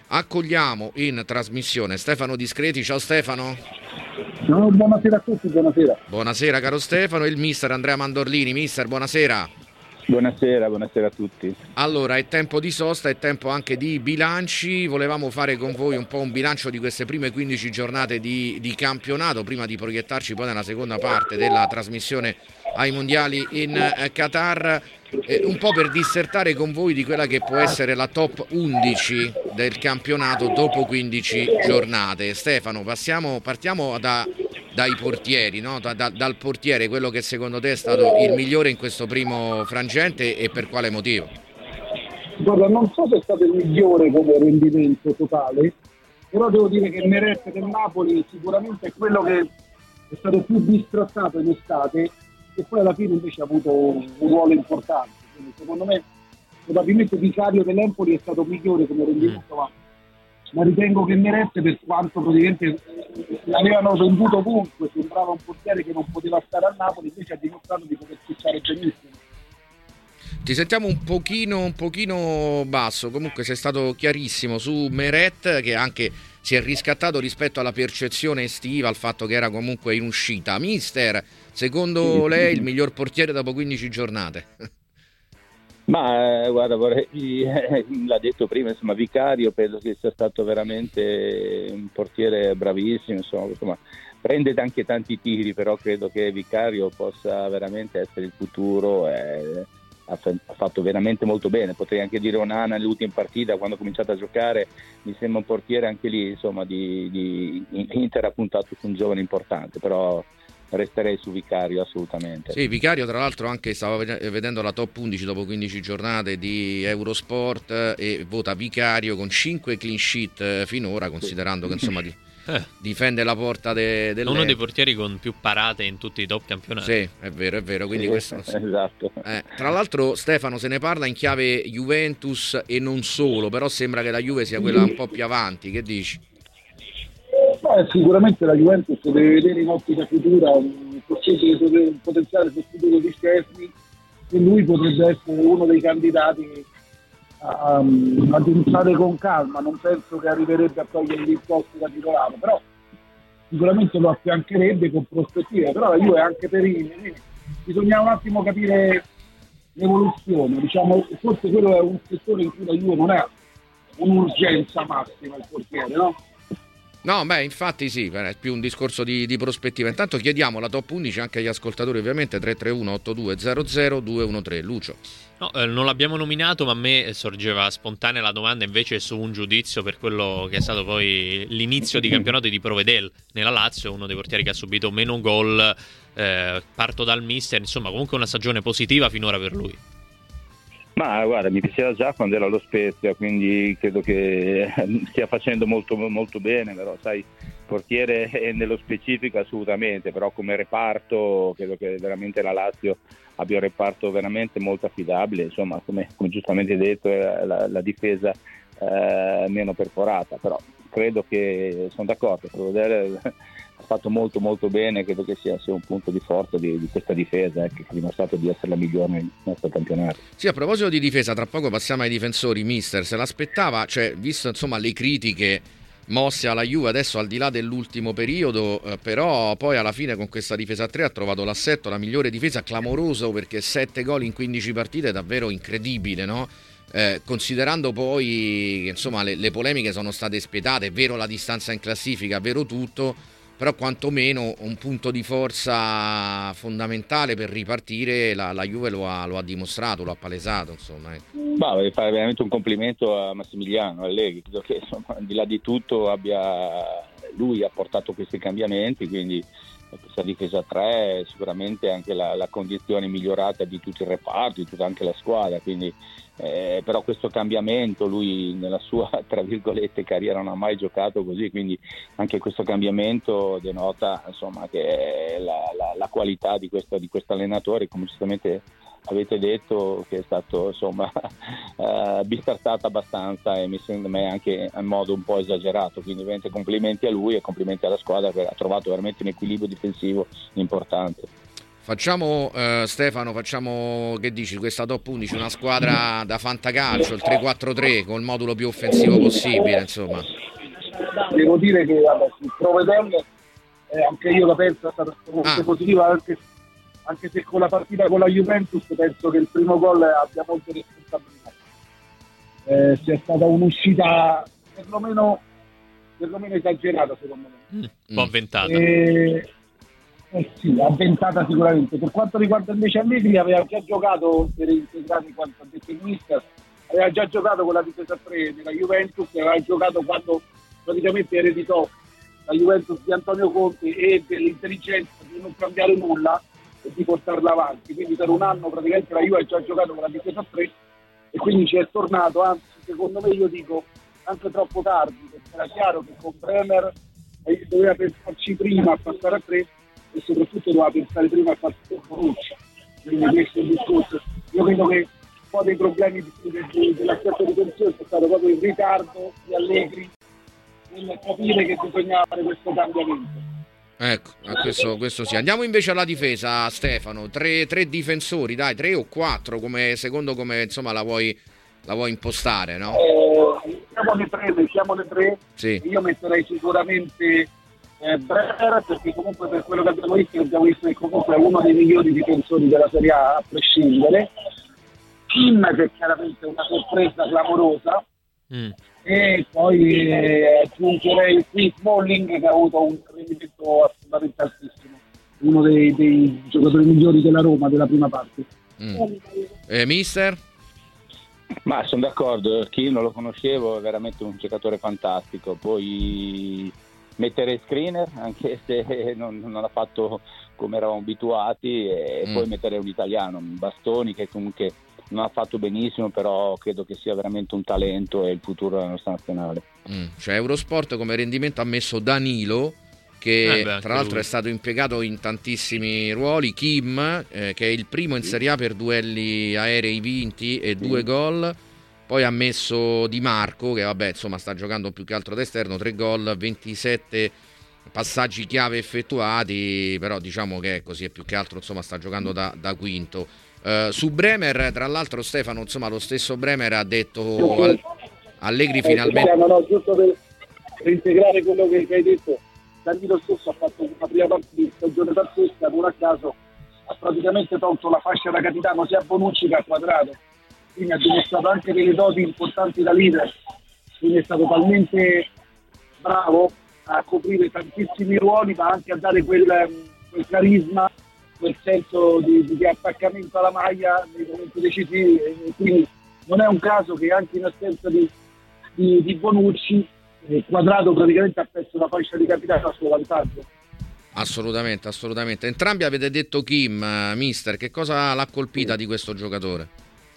Accogliamo in trasmissione Stefano Discreti. Ciao Stefano. No, buonasera a tutti, buonasera. Buonasera caro Stefano, e il mister Andrea Mandorlini. Mister, buonasera. Buonasera a tutti. Allora, è tempo di sosta, è tempo anche di bilanci. Volevamo fare con voi un po' un bilancio di queste prime 15 giornate di campionato, prima di proiettarci poi nella seconda parte della trasmissione ai mondiali in Qatar, un po' per dissertare con voi di quella che può essere la top 11 del campionato dopo 15 giornate. Stefano, partiamo dai portieri, no? Dal portiere, quello che secondo te è stato il migliore in questo primo frangente e per quale motivo? Guarda, non so se è stato il migliore come rendimento totale, però devo dire che Meret del Napoli sicuramente è quello che è stato più bistrattato in estate e poi alla fine invece ha avuto un ruolo importante. Quindi secondo me probabilmente Vicario dell'Empoli è stato migliore come rendimento, ma ritengo che Meret, per quanto praticamente l'avevano venduto ovunque, sembrava un portiere che non poteva stare al Napoli, invece ha dimostrato di poter fissare benissimo. Ti sentiamo un pochino basso, comunque sei stato chiarissimo su Meret, che anche si è riscattato rispetto alla percezione estiva, al fatto che era comunque in uscita. Mister, secondo lei il miglior portiere dopo 15 giornate? Ma guarda, l'ha detto prima, insomma, Vicario penso che sia stato veramente un portiere bravissimo, insomma, prende anche tanti tiri, però credo che Vicario possa veramente essere il futuro. Ha fatto veramente molto bene. Potrei anche dire Onana nell'ultima partita, quando ha cominciato a giocare, mi sembra un portiere anche lì, insomma, di Inter ha puntato su un giovane importante, però resterei su Vicario assolutamente. Sì, Vicario tra l'altro anche stavo vedendo la top 11 dopo 15 giornate di Eurosport e vota Vicario con 5 clean sheet finora, considerando che insomma difende la porta uno dei portieri con più parate in tutti i top campionati. Sì, è vero, quindi sì, questo esatto. Tra l'altro Stefano, se ne parla in chiave Juventus e non solo, però sembra che la Juve sia quella un po' più avanti, che dici? Sicuramente la Juventus deve vedere in ottica futura un potenziale sostituto di Szczęsny, e lui potrebbe essere uno dei candidati a pensare con calma. Non penso che arriverebbe a togliergli il posto da titolare, però sicuramente lo affiancherebbe con prospettive. Però la Juve è anche Perini, bisogna un attimo capire l'evoluzione, diciamo. Forse quello è un settore in cui la Juve non è un'urgenza massima, il portiere, no? No, infatti sì, è più un discorso di prospettiva. Intanto chiediamo la top 11 anche agli ascoltatori, ovviamente 331-8200-213. Lucio. No, non l'abbiamo nominato, ma a me sorgeva spontanea la domanda invece su un giudizio per quello che è stato poi l'inizio di campionato di Provedel nella Lazio, uno dei portieri che ha subito meno gol. Parto dal mister, insomma, comunque una stagione positiva finora per lui. Ma guarda, mi piaceva già quando era allo Spezia, quindi credo che stia facendo molto, molto bene, però sai, portiere nello specifico assolutamente, però come reparto credo che veramente la Lazio abbia un reparto veramente molto affidabile, insomma, come giustamente detto è la difesa meno perforata, però credo che sono d'accordo, ha fatto molto molto bene, credo che sia un punto di forza di questa difesa che ha dimostrato di essere la migliore nel nostro campionato. Sì, a proposito di difesa, tra poco passiamo ai difensori. Mister, se l'aspettava, cioè visto insomma le critiche mosse alla Juve adesso al di là dell'ultimo periodo, però poi alla fine con questa difesa a 3 ha trovato l'assetto, la migliore difesa, clamoroso, perché 7 gol in 15 partite è davvero incredibile, no? Considerando poi che insomma le polemiche sono state spietate, è vero la distanza in classifica, è vero tutto, però quantomeno un punto di forza fondamentale per ripartire la Juve lo ha dimostrato, lo ha palesato, insomma. Voglio fare veramente un complimento a Massimiliano Allegri, credo che insomma, al di là di tutto lui ha portato questi cambiamenti, quindi questa difesa a 3 sicuramente anche la condizione migliorata di tutto il reparto, di tutta anche la squadra, quindi però questo cambiamento lui nella sua tra virgolette carriera non ha mai giocato così, quindi anche questo cambiamento denota insomma che la qualità di questo allenatore, come giustamente avete detto, che è stato insomma bistartato abbastanza e mi sembra me anche in modo un po' esagerato, quindi veramente complimenti a lui e complimenti alla squadra che ha trovato veramente un equilibrio difensivo importante. Facciamo Stefano, che dici, questa top 11, una squadra da fantacalcio, il 3-4-3 con il modulo più offensivo possibile, insomma. Devo dire che sul Provedel anche io la penso è stata molto positiva, anche se con la partita con la Juventus penso che il primo gol abbia molte responsabilità. Sia stata un'uscita perlomeno esagerata, secondo me. Un po' avventata. Sì, avventata sicuramente. Per quanto riguarda invece Allegri, aveva già giocato, per integrare quanto ha detto il mister, aveva già giocato con la difesa 3 della Juventus, aveva giocato quando praticamente ereditò la Juventus di Antonio Conte e dell'intelligenza di non cambiare nulla e di portarla avanti. Quindi per un anno praticamente la Juve ha già giocato con la difesa 3 e quindi ci è tornato, anzi secondo me io dico anche troppo tardi, perché era chiaro che con Bremer doveva pensarci prima a passare a 3 e soprattutto doveva pensare prima a fare Bonucci. Quindi questo è il discorso. Io credo che un po' dei problemi dell'assetto di pensione è stato proprio il ritardo di Allegri nel capire che bisognava fare questo cambiamento. Ecco, questo sì. Andiamo invece alla difesa, Stefano. Tre difensori, dai, 3 o 4, secondo come insomma la vuoi impostare, no? Mettiamo le tre. Sì. Io metterei sicuramente Bremer, perché comunque per quello che abbiamo visto che comunque è uno dei migliori difensori della Serie A prescindere. Kim, che è chiaramente una sorpresa clamorosa. E poi aggiungerei qui Smalling, che ha avuto un rendimento assolutamente altissimo, uno dei giocatori migliori della Roma della prima parte. Mister? Ma sono d'accordo, Kim non lo conoscevo, è veramente un giocatore fantastico. Poi mettere Skriniar, anche se non ha fatto come eravamo abituati, e poi mettere un italiano, Bastoni, che comunque non ha fatto benissimo, però credo che sia veramente un talento e il futuro della nostra nazionale. Cioè Eurosport come rendimento ha messo Danilo, che tra l'altro lui è stato impiegato in tantissimi ruoli, Kim, che è il primo in Serie A per duelli aerei vinti e 2 gol. Poi ha messo Di Marco, che vabbè insomma sta giocando più che altro da esterno, 3 gol, 27 passaggi chiave effettuati, però diciamo che è così, è più che altro insomma sta giocando da quinto. Su Bremer, tra l'altro, Stefano, insomma lo stesso Bremer ha detto Allegri finalmente. Giusto per integrare quello che hai detto, Danilo stesso ha fatto una prima parte di stagione pazzesca, non a caso ha praticamente tolto la fascia da capitano sia a Bonucci che a Quadrato, quindi ha dimostrato anche delle doti importanti da leader, quindi è stato talmente bravo a coprire tantissimi ruoli, ma anche a dare quel carisma, quel senso di attaccamento alla maglia nei momenti decisivi, e quindi non è un caso che anche in assenza di Bonucci Quadrato praticamente ha perso la fascia di capitano a suo vantaggio. Assolutamente. Entrambi avete detto Kim, mister, che cosa l'ha colpita di questo giocatore?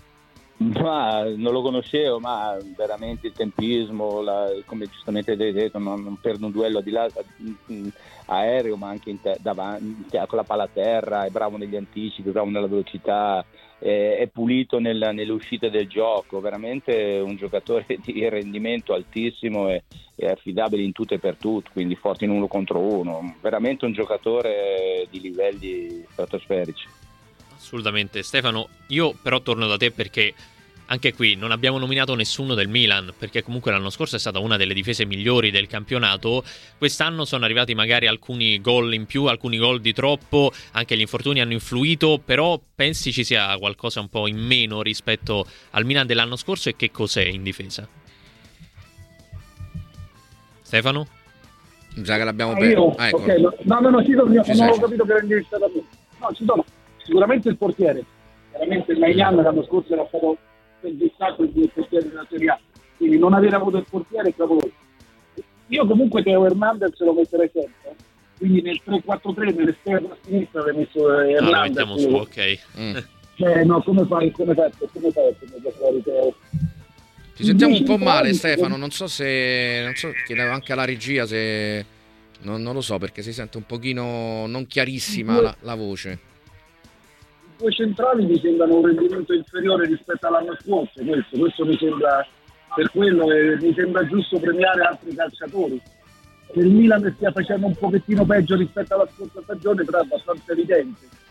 Ma non lo conoscevo, ma veramente il tempismo, come giustamente avete detto, non perde un duello di là aereo, ma anche con la palla a terra, è bravo negli anticipi, è bravo nella velocità, è pulito nelle uscite del gioco, veramente un giocatore di rendimento altissimo e affidabile in tutto e per tutto, quindi forte in 1 contro 1, veramente un giocatore di livelli stratosferici. Assolutamente. Stefano, io però torno da te perché anche qui non abbiamo nominato nessuno del Milan, perché comunque l'anno scorso è stata una delle difese migliori del campionato. Quest'anno sono arrivati magari alcuni gol in più, alcuni gol di troppo, anche gli infortuni hanno influito, però pensi ci sia qualcosa un po' in meno rispetto al Milan dell'anno scorso, e che cos'è in difesa? Stefano? Già che l'abbiamo ecco. Okay. No, ci sono, non ho capito che era indirizzata a me. No, ci sono. Sicuramente il portiere. Chiaramente il Maignan l'anno scorso era stato il distacco del portiere della Serie A, quindi non aver avuto il portiere è clamoroso. Io comunque Teo Hernandez lo metterei sempre, quindi nel 3-4-3 nell'esterno a sinistra avrei messo Hernandez. Lo mettiamo su, ok. No, come fai fuori Teo? Ti sentiamo un po' male, Stefano, non so, chiedevo anche alla regia se non lo so, perché si sente un pochino non chiarissima la voce. 2 centrali mi sembrano un rendimento inferiore rispetto all'anno scorso, questo mi sembra, per quello mi sembra giusto premiare altri calciatori. Che il Milan stia facendo un pochettino peggio rispetto alla scorsa stagione, però è abbastanza evidente.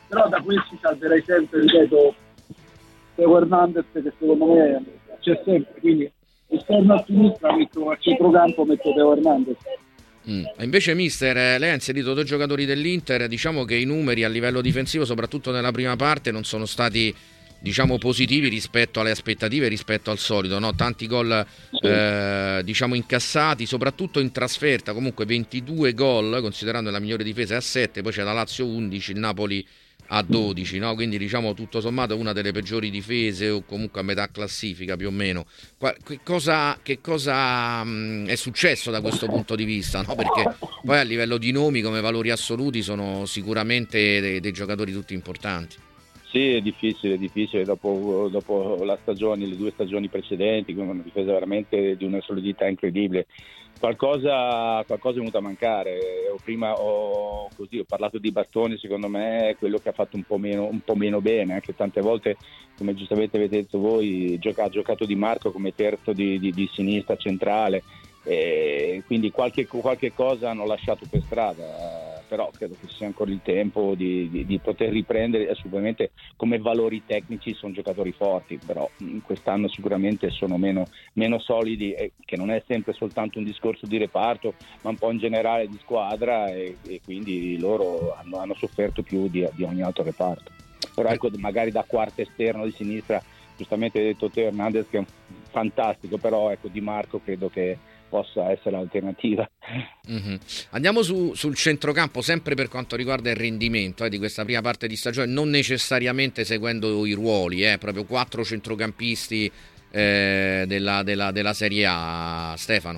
però da questi salverei sempre, ripeto, Teo Hernandez, che secondo me c'è sempre, quindi esterno a sinistra metto a centrocampo, metto Teo Hernandez. Invece mister, lei ha inserito 2 giocatori dell'Inter, diciamo che i numeri a livello difensivo, soprattutto nella prima parte, non sono stati, diciamo, positivi rispetto alle aspettative, rispetto al solito, no? Tanti gol diciamo incassati, soprattutto in trasferta, comunque 22 gol, considerando la migliore difesa a 7, poi c'è la Lazio 11, il Napoli a 12, no? Quindi diciamo tutto sommato una delle peggiori difese, o comunque a metà classifica più o meno. Che cosa è successo da questo punto di vista, no? Perché poi a livello di nomi come valori assoluti sono sicuramente dei giocatori tutti importanti. Sì, è difficile dopo la stagione, le 2 stagioni precedenti, con una difesa veramente di una solidità incredibile. Qualcosa è venuto a mancare. Ho parlato di Bastoni, secondo me è quello che ha fatto un po' meno bene, anche tante volte, come giustamente avete detto voi, ha giocato Di Marco come terzo di sinistra centrale, quindi qualche cosa hanno lasciato per strada, però credo che sia ancora il tempo di poter riprendere. Assolutamente come valori tecnici sono giocatori forti, però quest'anno sicuramente sono meno solidi, che non è sempre soltanto un discorso di reparto, ma un po' in generale di squadra, e quindi loro hanno sofferto più di ogni altro reparto. Però ecco, magari da quarto esterno di sinistra, giustamente hai detto Teo Hernandez, che è fantastico, però ecco, Di Marco credo che possa essere l'alternativa. Andiamo sul centrocampo, sempre per quanto riguarda il rendimento di questa prima parte di stagione, non necessariamente seguendo i ruoli, proprio 4 centrocampisti della Serie A. Stefano?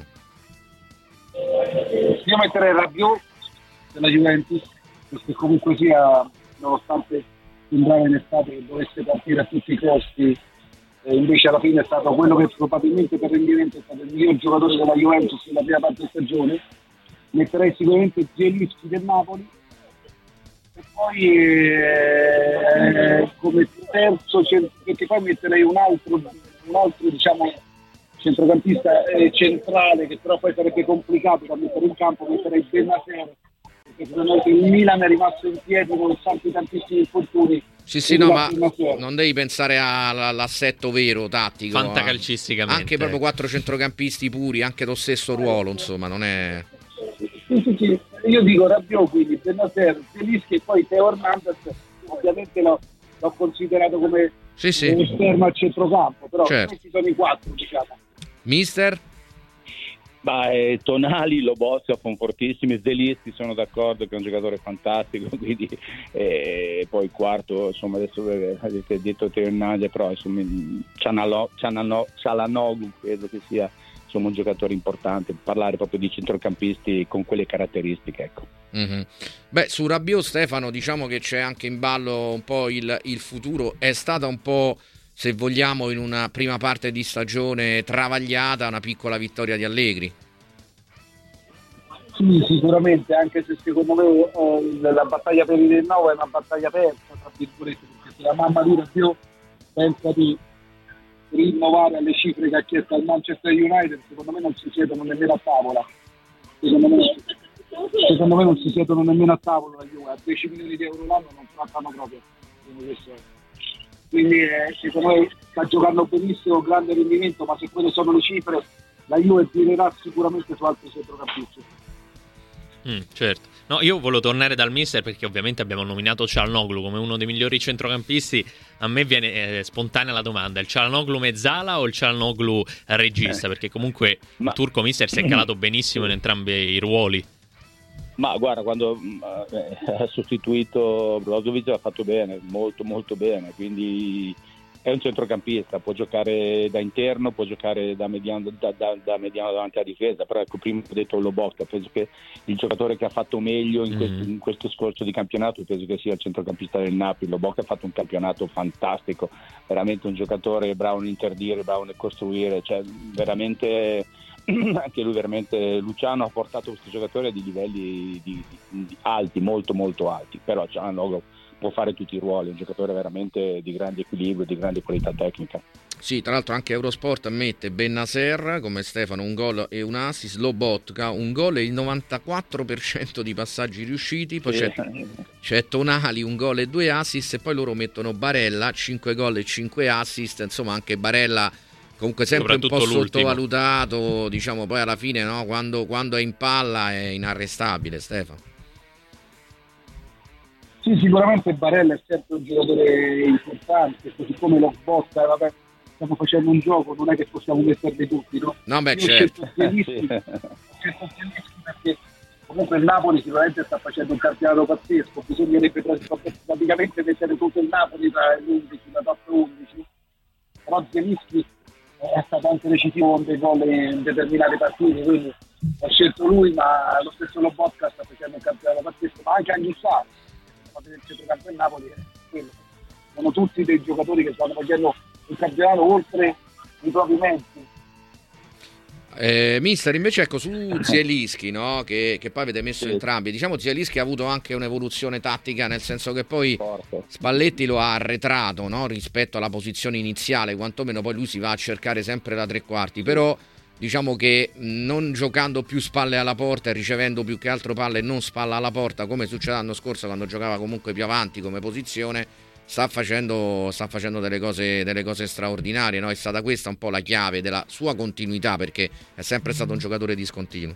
Io metterei Rabiot della Juventus, perché comunque sia, nonostante sembrava in estate che dovesse partire a tutti i costi, invece alla fine è stato quello che probabilmente per rendimento è stato il miglior giocatore della Juventus nella prima parte di stagione. Metterei sicuramente Zielinski del Napoli, e poi come terzo, perché poi metterei un altro diciamo centrocampista centrale, che però poi sarebbe complicato da mettere in campo. Metterei Bennacer, perché secondo me il Milan è rimasto in piedi nonostante tantissimi infortuni. Sì, no, ma non devi pensare all'assetto vero, tattico. Fantacalcisticamente. Anche proprio 4 centrocampisti puri, anche lo stesso ruolo, insomma, non è... Sì. Io dico Rabiot, quindi Bennacer, Zielinski, e poi Teo Hernandez, ovviamente l'ho considerato come un esterno al centrocampo, però questi sono i 4, diciamo. Mister? Tonali, Lobosca sono fortissimi, Zielinski sono d'accordo che è un giocatore fantastico, quindi poi il quarto, insomma, adesso avete detto Teo Hernandez, però insomma Çalhanoğlu credo che sia, insomma, un giocatore importante. Parlare proprio di centrocampisti con quelle caratteristiche, ecco. Beh, su Rabiot, Stefano, diciamo che c'è anche in ballo un po' il futuro. È stata un po', se vogliamo, in una prima parte di stagione travagliata, una piccola vittoria di Allegri. Sì, sicuramente, anche se secondo me la battaglia per il rinnovo è una battaglia persa, tra virgolette, perché se la mamma di Rabiot pensa di rinnovare alle cifre che ha chiesto al Manchester United, secondo me non si siedono nemmeno a tavola. Secondo me non si siedono nemmeno a tavola, a 10 milioni di euro l'anno non trattano proprio. Quindi secondo me sta giocando benissimo, grande rendimento, ma se quelle sono le cifre, la Juve tirerà sicuramente su altri centrocampisti. Certo. No, io volevo tornare dal mister perché ovviamente abbiamo nominato Çalhanoğlu come uno dei migliori centrocampisti. A me viene spontanea la domanda: il Çalhanoğlu mezzala o il Çalhanoğlu regista? Perché comunque il turco mister si è calato benissimo in entrambi i ruoli. Ma guarda, quando ha sostituito Brozovic ha fatto bene, molto molto bene, quindi è un centrocampista, può giocare da interno, può giocare da mediano davanti alla difesa, però ecco, prima ho detto Lobotka, penso che il giocatore che ha fatto meglio in questo scorcio di campionato penso che sia il centrocampista del Napoli. Lobotka ha fatto un campionato fantastico, veramente un giocatore bravo nel interdire, bravo nel costruire, cioè veramente anche lui, veramente Luciano ha portato questo giocatore a dei livelli di alti, molto molto alti, però Çalhanoğlu può fare tutti i ruoli, è un giocatore veramente di grande equilibrio, di grande qualità tecnica. Sì, tra l'altro anche Eurosport ammette Bennacer come Stefano un gol e un assist, Lobotka un gol e il 94% di passaggi riusciti, poi c'è Tonali un gol e 2 assist e poi loro mettono Barella 5 gol e 5 assist, insomma anche Barella comunque sempre un po' sottovalutato, diciamo, poi alla fine, no, quando è in palla è inarrestabile, Stefano. Sì, sicuramente Barella è sempre un giocatore importante, così come lo Botta, vabbè, stiamo facendo un gioco, non è che possiamo metterli tutti, no? No, beh, Io certo. ho scelto Zielinski perché comunque il Napoli sicuramente sta facendo un campionato pazzesco, bisognerebbe praticamente mettere tutto il Napoli tra l'11, la top 11, però Zielinski è stato anche decisivo con dei gol in determinate partite, quindi ho scelto lui, ma lo stesso Lobotka sta facendo un campionato pazzesco, ma anche Anghissà, del centrocampo del Napoli, sono tutti dei giocatori che stanno facendo un campionato oltre i propri mezzi. Mister, invece ecco su Zielinski, no? che poi avete messo entrambi, diciamo Zielinski ha avuto anche un'evoluzione tattica, nel senso che poi Spalletti lo ha arretrato, no? Rispetto alla posizione iniziale, quantomeno poi lui si va a cercare sempre da tre quarti, però diciamo che non giocando più spalle alla porta e ricevendo più che altro palle e non spalla alla porta come succede l'anno scorso quando giocava comunque più avanti come posizione, sta facendo delle cose straordinarie, no? È stata questa un po' la chiave della sua continuità, perché è sempre stato un giocatore discontinuo.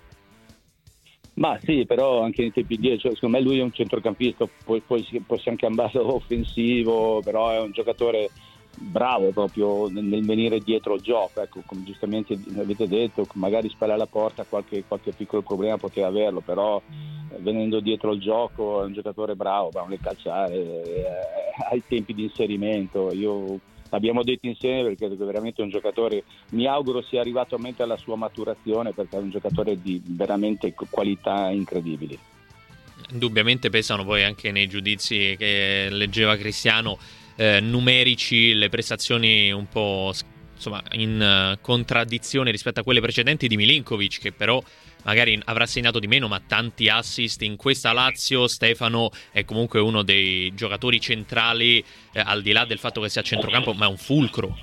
Ma sì, però anche nei tempi dietro, cioè, secondo me lui è un centrocampista, poi sia anche ambato offensivo, però è un giocatore bravo proprio nel venire dietro il gioco, ecco, come giustamente avete detto, magari spalla alla porta qualche piccolo problema poteva averlo, però venendo dietro il gioco è un giocatore bravo nel calciare, ai tempi di inserimento. Abbiamo detto insieme perché è veramente un giocatore, mi auguro sia arrivato a alla sua maturazione, perché è un giocatore di veramente qualità incredibili. Indubbiamente pesano poi anche nei giudizi che leggeva Cristiano numerici, le prestazioni un po' insomma in contraddizione rispetto a quelle precedenti di Milinkovic, che però magari avrà segnato di meno, ma tanti assist in questa Lazio. Stefano è comunque uno dei giocatori centrali, al di là del fatto che sia a centrocampo, ma è un fulcro.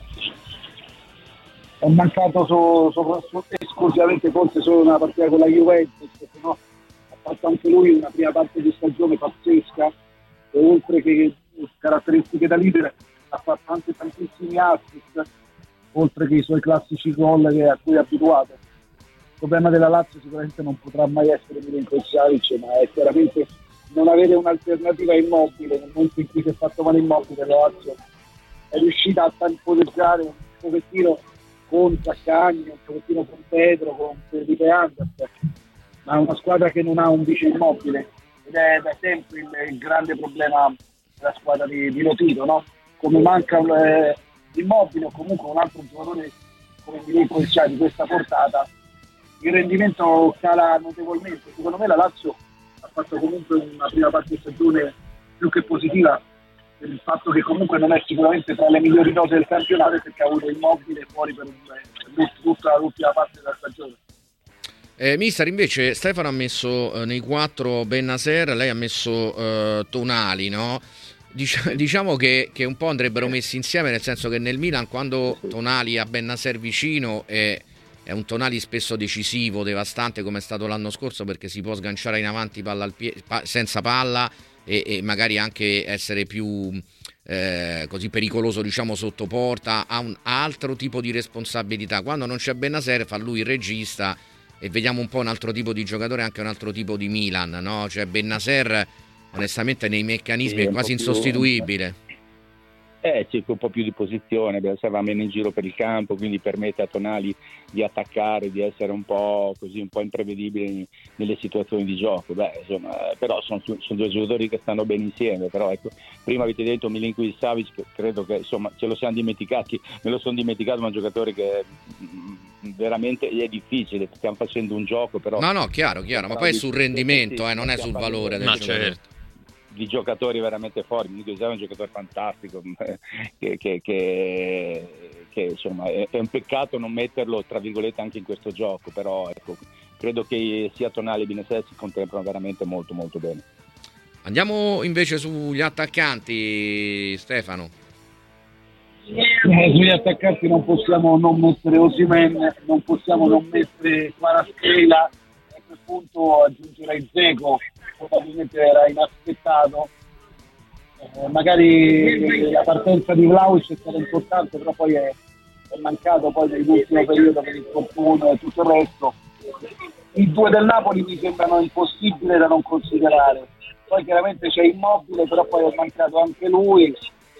È mancato esclusivamente forse solo una partita con la Juventus, perché no, ha fatto anche lui una prima parte di stagione pazzesca, e oltre che caratteristiche da leader ha fatto anche tantissimi assist, oltre che i suoi classici gol a cui è abituato. Il problema della Lazio sicuramente non potrà mai essere Milinkovic, ma è chiaramente non avere un'alternativa Immobile. Nel momento in cui si è fatto male Immobile, la Lazio è riuscita a tamponeggiare un pochettino con Zaccagni, un pochettino con Pedro, con Felipe Anderson, ma è una squadra che non ha un vice Immobile, ed è da sempre il grande problema della squadra di Lotito, no? Come manca Immobile o comunque un altro giocatore come Milinkovic di questa portata, il rendimento cala notevolmente. Secondo me la Lazio ha fatto comunque una prima parte di stagione più che positiva, per il fatto che comunque non è sicuramente tra le migliori note del campionato, perché ha avuto Immobile fuori per tutta l'ultima parte della stagione. Mister, invece Stefano ha messo nei 4 Bennacer, lei ha messo Tonali, no? Diciamo che un po' andrebbero messi insieme, nel senso che nel Milan quando Tonali ha Bennacer vicino è un Tonali spesso decisivo, devastante, come è stato l'anno scorso, perché si può sganciare in avanti palla al senza palla e magari anche essere più così pericoloso, diciamo, sotto porta. Ha un altro tipo di responsabilità. Quando non c'è Bennacer fa lui il regista e vediamo un po' un altro tipo di giocatore, anche un altro tipo di Milan, no? Cioè Bennacer onestamente nei meccanismi è quasi insostituibile. C'è un po' più di posizione, va meno in giro per il campo, quindi permette a Tonali di attaccare, di essere un po' così, un po' imprevedibile nelle situazioni di gioco. Però sono due giocatori che stanno bene insieme. Però ecco, prima avete detto Milinkovic-Savic, che credo che insomma ce lo siamo dimenticati, me lo sono dimenticato, ma è un giocatore che veramente è difficile, stiamo facendo un gioco, però no, chiaro, ma poi è sul rendimento, non è sul valore del giocatore. Certo. Di giocatori veramente forti. Milinkovic è un giocatore fantastico, che insomma è un peccato non metterlo tra virgolette anche in questo gioco, però ecco, credo che sia Tonali e Bennacer si contemplano veramente molto molto bene. Andiamo invece sugli attaccanti, Stefano. Sugli attaccanti non possiamo non mettere Osimhen, non possiamo non mettere Kvaratskhelia, a quel punto aggiungerei Dzeko, probabilmente era inaspettato. Magari la partenza di Vlahovic è stata importante, però poi è mancato poi nell'ultimo periodo per infortunio e tutto il resto. I due del Napoli mi sembrano impossibili da non considerare. Poi chiaramente c'è Immobile, però poi è mancato anche lui.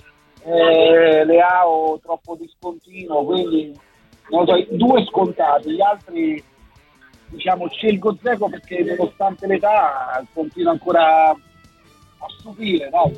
Leao troppo discontinuo, quindi non lo so, due scontati, gli altri diciamo scelgo Dzeko perché nonostante l'età continua ancora a stupire, no?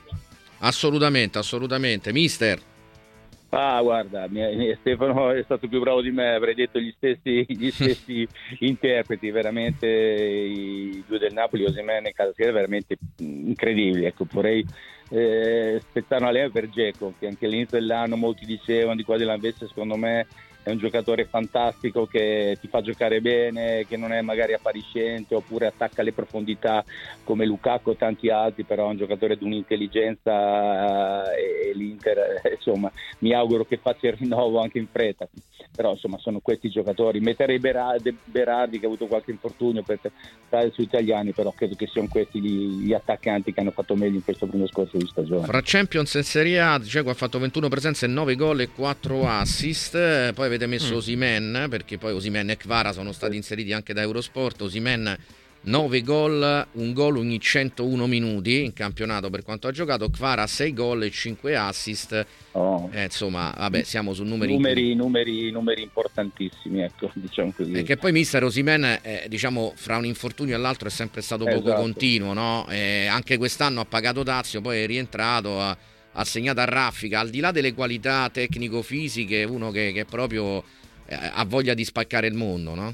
Assolutamente, mister. Guarda, Stefano è stato più bravo di me, avrei detto gli stessi interpreti, veramente i due del Napoli, Osimhen e Kvaratskhelia, veramente incredibili. Ecco, vorrei spezzare una leva per Dzeko, che anche all'inizio dell'anno molti dicevano di qua di là, invece secondo me è un giocatore fantastico che ti fa giocare bene, che non è magari appariscente oppure attacca le profondità come Lukaku o tanti altri, però è un giocatore di un'intelligenza e l'Inter insomma mi auguro che faccia il rinnovo anche in fretta, però insomma sono questi giocatori. Metterei Berardi che ha avuto qualche infortunio per stare sui italiani, però credo che siano questi gli attaccanti che hanno fatto meglio in questo primo scorcio di stagione. Fra Champions e Serie A, Dzeko ha fatto 21 presenze, 9 gol e 4 assist. Poi avete messo Osimhen, perché poi Osimhen e Kvara sono stati inseriti anche da Eurosport. Osimhen 9 gol, un gol ogni 101 minuti in campionato per quanto ha giocato. Kvara 6 gol e 5 assist. Insomma, vabbè, siamo su numeri importantissimi, ecco, diciamo così. E che poi mister Osimhen, diciamo, fra un infortunio e l'altro è sempre stato poco continuo, no? Anche quest'anno ha pagato dazio, poi è rientrato, ha segnato a raffica, al di là delle qualità tecnico-fisiche, uno che proprio ha voglia di spaccare il mondo, no?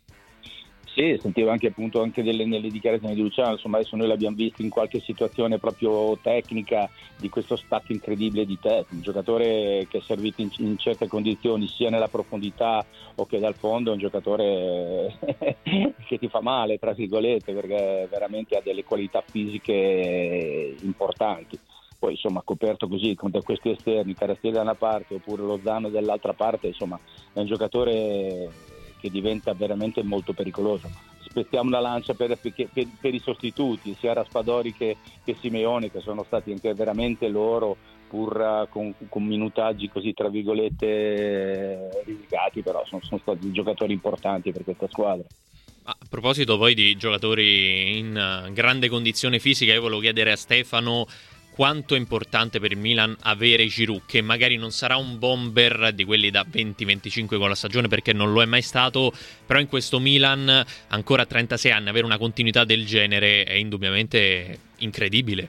Sì, sentivo anche appunto nelle dichiarazioni di Luciano, insomma adesso noi l'abbiamo visto in qualche situazione proprio tecnica di questo stacco incredibile di testa, un giocatore che è servito in certe condizioni sia nella profondità o che dal fondo, è un giocatore che ti fa male tra virgolette, perché veramente ha delle qualità fisiche importanti. Poi insomma coperto così da questi esterni, Kvaratskhelia da una parte oppure Lozano dall'altra parte, insomma è un giocatore che diventa veramente molto pericoloso. Spezziamo una lancia per i sostituti, sia Raspadori che Simeone, che sono stati anche veramente loro, pur con minutaggi così tra virgolette risicati, però sono stati giocatori importanti per questa squadra. A proposito poi di giocatori in grande condizione fisica, io volevo chiedere a Stefano quanto è importante per il Milan avere Giroud, che magari non sarà un bomber di quelli da 20-25 con la stagione, perché non lo è mai stato, però in questo Milan ancora a 36 anni avere una continuità del genere è indubbiamente incredibile.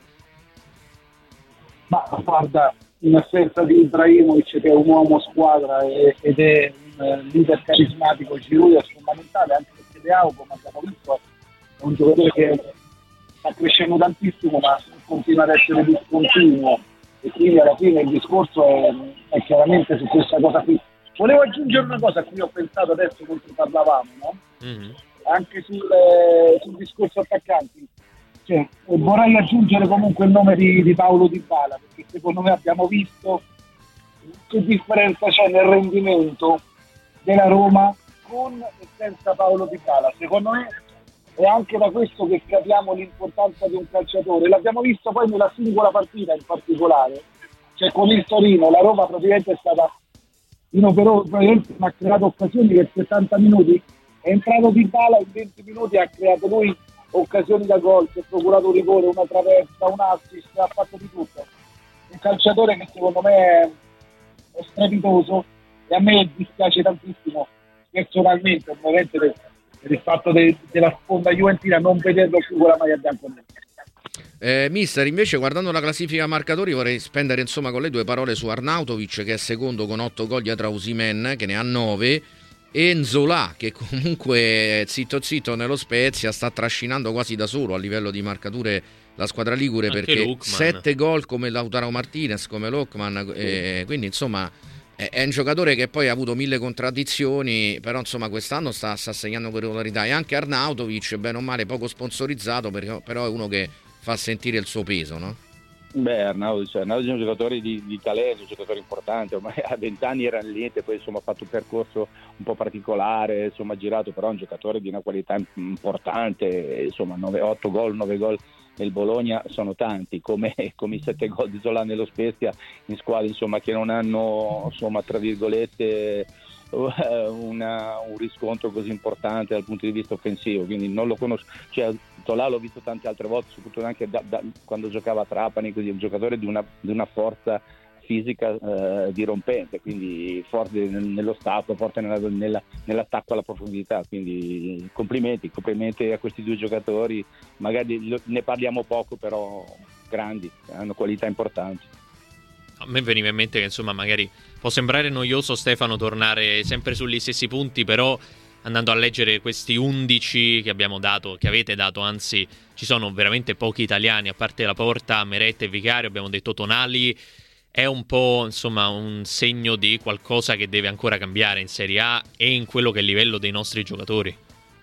Ma guarda, in assenza di Ibrahimovic, che è un uomo squadra ed è un leader carismatico, Giroud è fondamentale, anche perché Leao, come abbiamo visto, è un giocatore che sta crescendo tantissimo, ma continua ad essere discontinuo, e quindi alla fine il discorso è chiaramente su questa cosa qui. Volevo aggiungere una cosa a cui ho pensato adesso mentre parlavamo, no? Anche sul discorso attaccanti, cioè, vorrei aggiungere comunque il nome di Paulo Dybala, perché secondo me abbiamo visto che differenza c'è nel rendimento della Roma con e senza Paulo Dybala. Secondo me è anche da questo che capiamo l'importanza di un calciatore. L'abbiamo visto poi nella singola partita in particolare, cioè con il Torino la Roma praticamente è stata inoperosa, praticamente non ha creato occasioni per 70 minuti, è entrato Dybala in 20 minuti, ha creato lui occasioni da gol, si è procurato un rigore, una traversa, un assist, ha fatto di tutto. Un calciatore che secondo me è strepitoso, e a me dispiace tantissimo personalmente, ovviamente per il fatto della sponda juventina, non vederlo più con la maglia bianconera. Mister, invece guardando la classifica marcatori vorrei spendere insomma con lei due parole su Arnautovic, che è secondo con 8 gol dietro a Osimhen che ne ha 9, e Nzola che comunque zitto nello Spezia sta trascinando quasi da solo a livello di marcature la squadra ligure, anche perché Lookman. 7 gol come Lautaro Martinez, come Lookman, quindi insomma è un giocatore che poi ha avuto 1000 contraddizioni, però insomma quest'anno sta segnando regolarità. E anche Arnautovic, bene o male poco sponsorizzato, però è uno che fa sentire il suo peso, no? Arnaudo è un giocatore di talento, un giocatore importante, ormai a 20 anni era all'Inter, poi insomma ha fatto un percorso un po' particolare, insomma ha girato, però è un giocatore di una qualità importante, insomma 8 gol, 9 gol nel Bologna sono tanti, come i 7 gol di Zola nello Spezia, in squadre insomma che non hanno, insomma, tra virgolette, un riscontro così importante dal punto di vista offensivo, quindi non lo conosco, cioè Zola l'ho visto tante altre volte, soprattutto anche quando giocava a Trapani, così, un giocatore di una forza fisica dirompente, quindi forte nello stacco, forte nell'attacco alla profondità, quindi complimenti a questi due giocatori, magari ne parliamo poco, però grandi, hanno qualità importanti. A me veniva in mente che insomma magari può sembrare noioso, Stefano, tornare sempre sugli stessi punti, però andando a leggere questi 11 che abbiamo dato, che avete dato, anzi ci sono veramente pochi italiani, a parte Laporta, Meret e Vicario, abbiamo detto Tonali, è un po' insomma un segno di qualcosa che deve ancora cambiare in Serie A e in quello che è il livello dei nostri giocatori.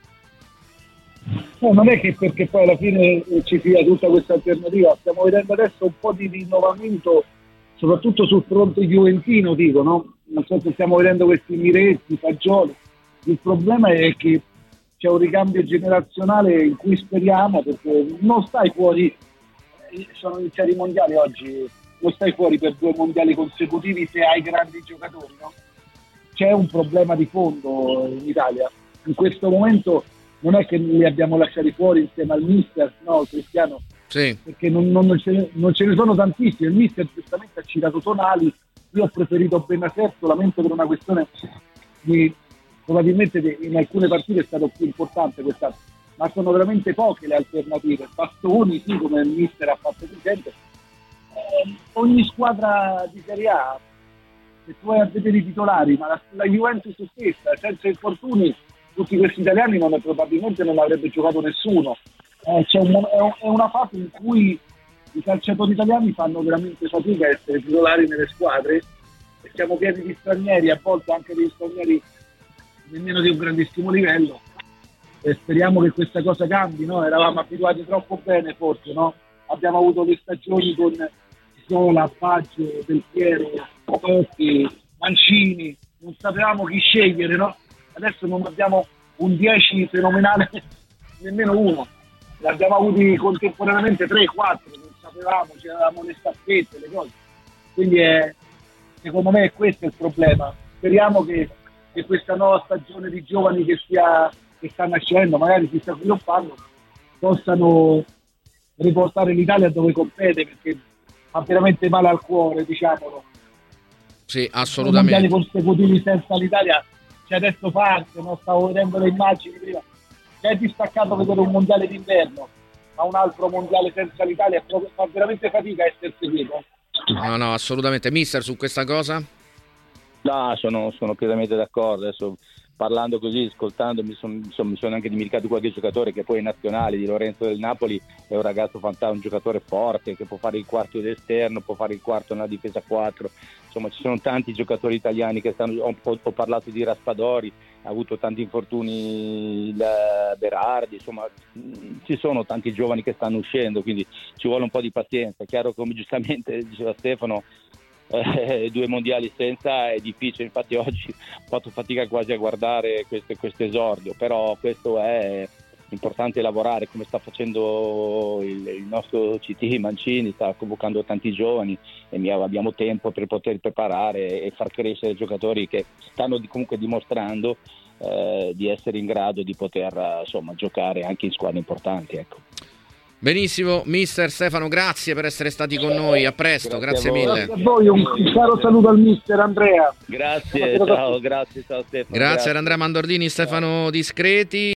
No, non è che perché poi alla fine ci sia tutta questa alternativa, stiamo vedendo adesso un po' di rinnovamento soprattutto sul fronte juventino, dico, no? Non so se stiamo vedendo questi Miretti, Fagioli. Il problema è che c'è un ricambio generazionale in cui speriamo, perché non stai fuori, sono iniziati i mondiali oggi, non stai fuori per 2 mondiali consecutivi se hai grandi giocatori, no? C'è un problema di fondo in Italia. In questo momento non è che li abbiamo lasciati fuori insieme al mister, no, Cristiano? Sì. Perché non ce ne sono tantissimi. Il mister giustamente ha citato Tonali, io ho preferito Bennacer solamente per una questione di probabilmente in alcune partite è stato più importante quest'anno, ma sono veramente poche le alternative. Bastoni, sì, come il mister ha fatto presente, ogni squadra di Serie A, se tu vai a vedere i titolari, ma la Juventus stessa, senza infortuni, tutti questi italiani probabilmente non avrebbe giocato nessuno. È una fase in cui i calciatori italiani fanno veramente fatica a essere titolari nelle squadre, e siamo pieni di stranieri, a volte anche degli stranieri nemmeno di un grandissimo livello, e speriamo che questa cosa cambi, no? Eravamo abituati troppo bene forse, no? Abbiamo avuto le stagioni con Zola, Baggio, Del Piero, Totti, Mancini, non sapevamo chi scegliere, no? Adesso non abbiamo un 10 fenomenale, nemmeno uno. Ne abbiamo avuti contemporaneamente 3-4, non sapevamo, c'eravamo le staffette, le cose. Quindi secondo me è questo il problema. Speriamo che questa nuova stagione di giovani che sta nascendo, magari si sta sviluppando, possano riportare l'Italia dove compete, perché fa veramente male al cuore, diciamolo. Sì, assolutamente. I mondiali consecutivi senza l'Italia, c'è adesso parte, no? Stavo vedendo le immagini prima. È distaccato vedere un mondiale d'inverno, ma un altro mondiale senza l'Italia fa veramente fatica a essere seguito. No, assolutamente. Mister, su questa cosa? No, sono pienamente d'accordo. Adesso parlando così, ascoltando, mi sono anche dimenticato qualche giocatore che poi è nazionale, di Lorenzo del Napoli, è un ragazzo fantastico, un giocatore forte che può fare il quarto d'esterno, può fare il quarto nella difesa 4. Insomma, ci sono tanti giocatori italiani che ho parlato di Raspadori, ha avuto tanti infortuni il Berardi, insomma ci sono tanti giovani che stanno uscendo, quindi ci vuole un po' di pazienza. È chiaro, come giustamente diceva Stefano, 2 mondiali senza è difficile, infatti oggi ho fatto fatica quasi a guardare questo esordio, però questo è importante, lavorare come sta facendo il nostro CT Mancini, sta convocando tanti giovani e abbiamo tempo per poter preparare e far crescere giocatori che stanno comunque dimostrando di essere in grado di poter giocare anche in squadre importanti, ecco. Benissimo, mister Stefano, grazie per essere stati con noi, a presto, grazie mille. Grazie a voi, un caro saluto al mister Andrea. Grazie, ciao Stefano. Grazie ad Andrea Mandordini, Stefano Discreti.